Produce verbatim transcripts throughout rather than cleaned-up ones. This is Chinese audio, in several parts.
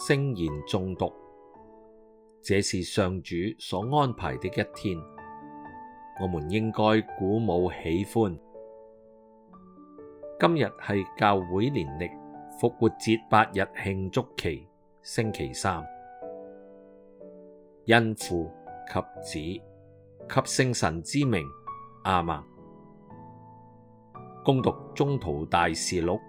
聖言誦讀。這是上主所安排的一天，我們應該鼓舞喜歡。今日係教會年曆復活節八日慶祝期星期三，因父及子及聖神之名，阿們。恭讀宗徒大事錄。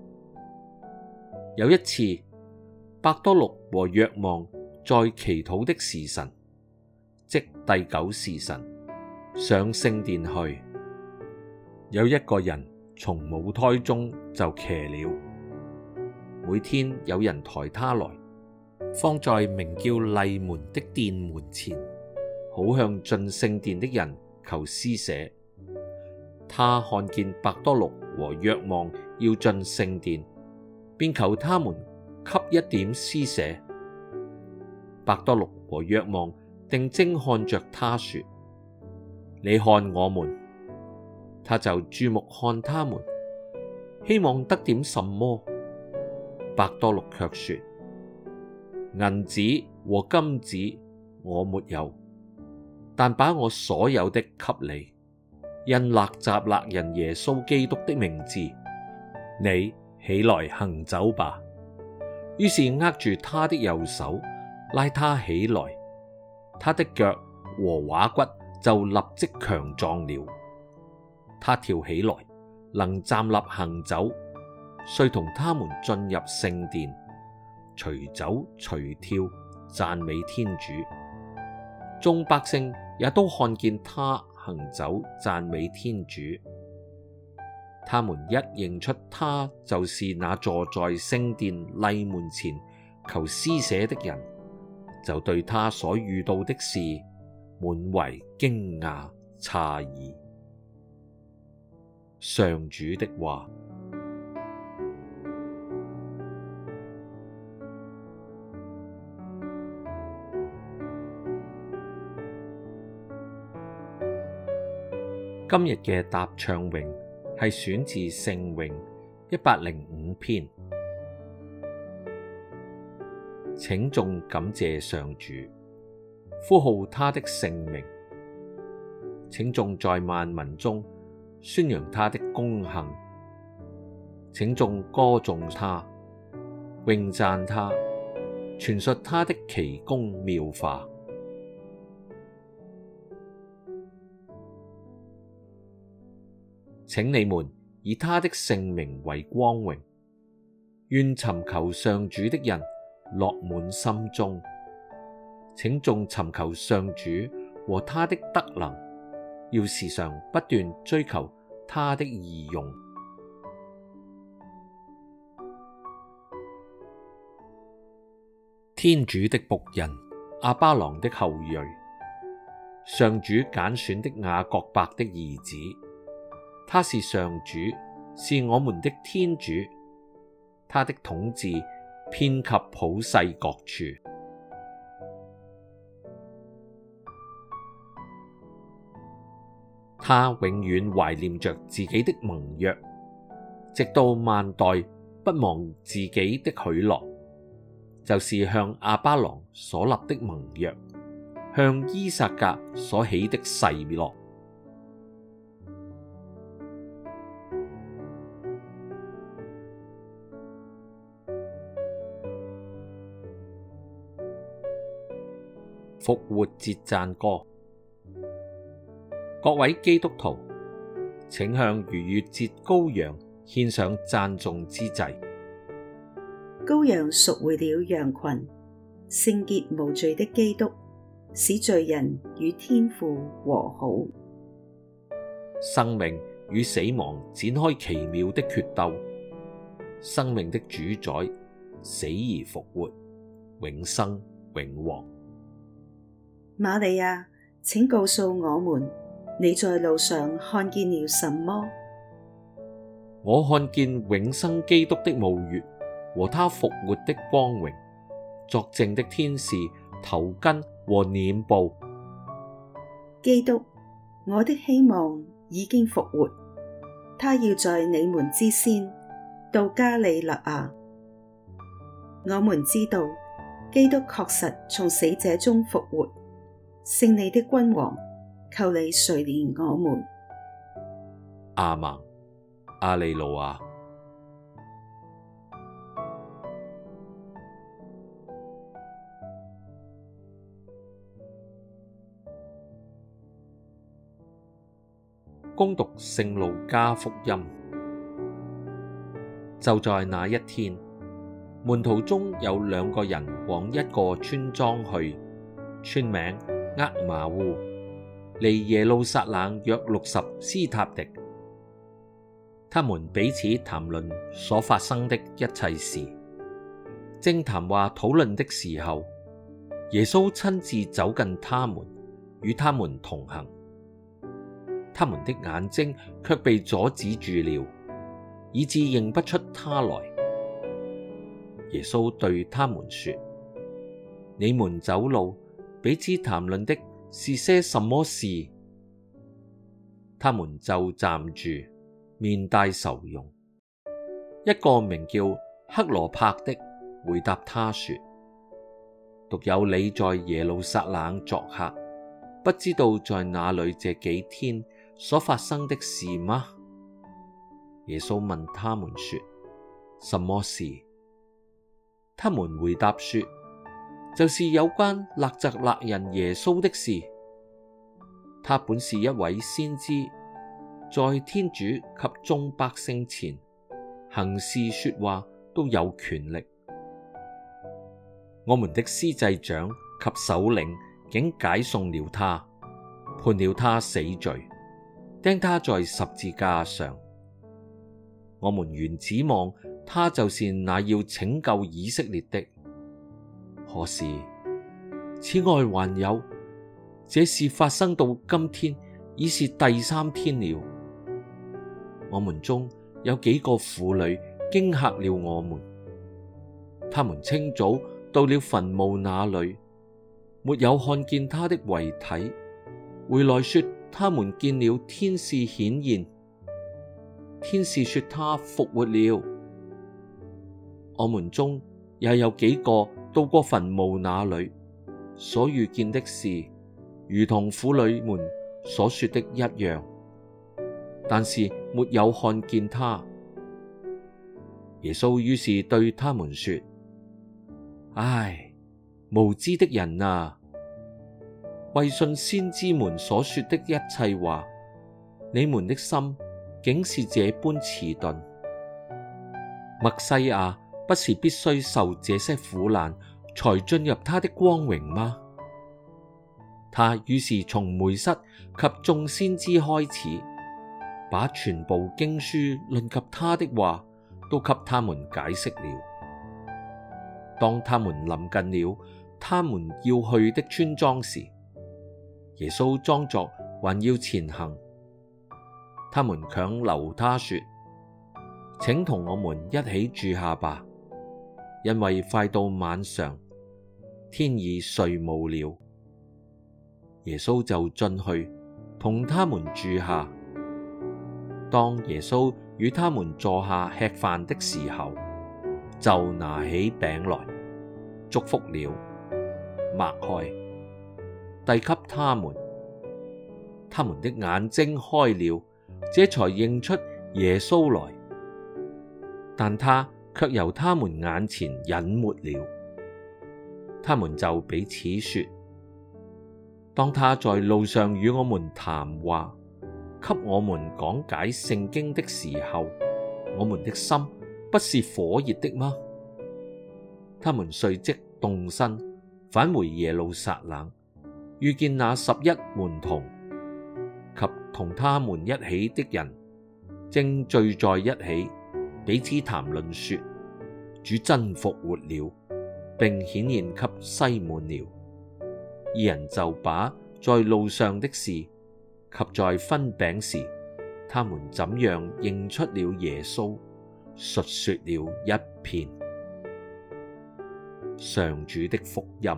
有一次，伯多祿和若望在祈禱的時辰，即第九時辰，上聖殿去。有一個人從母胎中就騎了，每天有人抬他來，放在名叫麗門的殿門前，好向進聖殿的人求施捨。他看見伯多祿和若望要進聖殿，便求他們給一點施捨。伯多祿和若望定睛看着他說：你看我們。他就注目看他們，希望得點什麼。伯多祿卻說：銀子和金子我沒有，但把我所有的給你。因納匝肋人耶穌基督的名字，你起來行走吧。於是握住他的右手，拉他起來，他的腳和踝骨就立即強壯了。他跳起來，能站立行走，遂同他們進入聖殿，隨走隨跳，讚美天主。眾百姓也都看見他行走，讚美天主。他們一認出他就是那坐在聖殿麗門前求施捨的人，就對他所遇到的事滿為驚訝詫異。上主的話。今日嘅答唱詠係選自聖詠一百零五篇。請眾感謝上主，呼號他的聖名。請眾在萬民中宣揚他的功行。請眾歌頌他，詠讚他，傳述他的奇工妙化。請你們以他的聖名為光榮，願尋求上主的人樂滿心中。請眾尋求上主和他的德能，要時常不斷追求他的義用。天主的僕人，亞巴郎的後裔，上主揀選的雅各伯的兒子。他是上主，是我們的天主，他的統治遍及普世各處。他永遠懷念着自己的盟約，直到萬代不忘自己的許諾，就是向亞巴郎所立的盟約，向依撒格所起的誓諾。復活節讚歌。各位基督徒，請向逾越節羔羊獻上讚頌之祭。 羔羊贖回了羊群，聖潔無罪的基督使罪人與天父和好。 生命與死亡展開奇妙的決鬥，生命的主宰死而復活，永生永王。 瑪利亞，請告訴我們，你在路上看見了什麼？ 我看見永生基督的墓穴和他復活的光榮，作證的天使頭巾和殮布。 基督，我的希望已經復活，他要在你們之先到加里肋亞。我們知道基督確實從死者中復活，勝利的君王，求你垂憐我們。 阿們，阿利路亞。恭讀聖路加福音。就在那一天，門徒中有兩個人往一個村莊去，村名厄瑪烏，離耶路撒冷約六十斯塔狄。他們彼此談論所發生的一切事。正談話討論的時候，耶穌親自走近他們，與他們同行。他們的眼睛卻被阻止住了，以致認不出他來。耶穌對他們說：你們走路，彼此談論的是些什麼事？他們就站住，面帶愁容。一個名叫克羅帕的回答他說：獨有你在耶路撒冷作客，不知道在那裏這幾天所發生的事嗎？耶穌問他們說：什麼事？他們回答說：就是有關納匝肋人耶穌的事。他本是一位先知，在天主及眾百姓前，行事說話都有權力。我們的司祭長及首領竟解送了他，判了他死罪，釘他在十字架上。我們原指望他就是那要拯救以色列的。可是，此外還有，這事發生到今天已是第三天了。我們中有幾個婦女驚嚇了我們，她們清早到了墳墓那裏，沒有看見他的遺體，回來說他們見了天使顯現，天使說他復活了。我們中也有幾個到過墳墓那裏，所遇見的事如同婦女們所說的一樣，但是沒有看見他。耶穌於是對他們說：唉，無知的人啊，為信先知們所說的一切話，你們的心竟是這般遲鈍。默西亞不是必須受這些苦難，才進入他的光榮嗎？他於是從梅瑟及眾先知開始，把全部經書論及他的話，都給他們解釋了。當他們臨近了他們要去的村莊時，耶穌裝作還要前行，他們強留他說：請同我們一起住下吧，因為快到晚上，天已睡霧了。耶穌就進去同他們住下。當耶穌與他們坐下吃飯的時候，就拿起餅來，祝福了，擘開，遞給他們。他們的眼睛開了，這才認出耶穌來，但他卻由他們眼前隱沒了。他們就彼此說：當他在路上與我們談話，給我們講解聖經的時候，我們的心不是火熱的嗎？他們遂即動身，返回耶路撒冷，遇見那十一門徒及同他們一起的人，正聚在一起，彼此談論說：主真復活了，並顯現給西滿了。二人就把在路上的事及在分餅時，他們怎樣認出了耶穌，述說了一遍。上主的福音。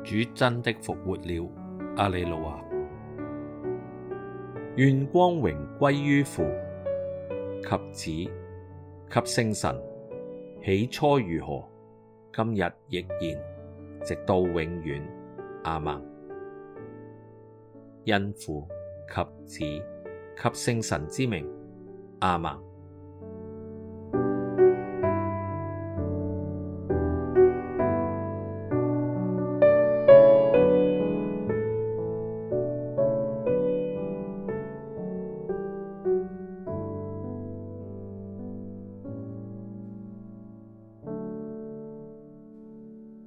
主真的復活了，阿里路亞。願光榮歸於父及子及聖神，起初如何，今日亦然，直到永遠，阿們。因父及子及聖神之名，阿們。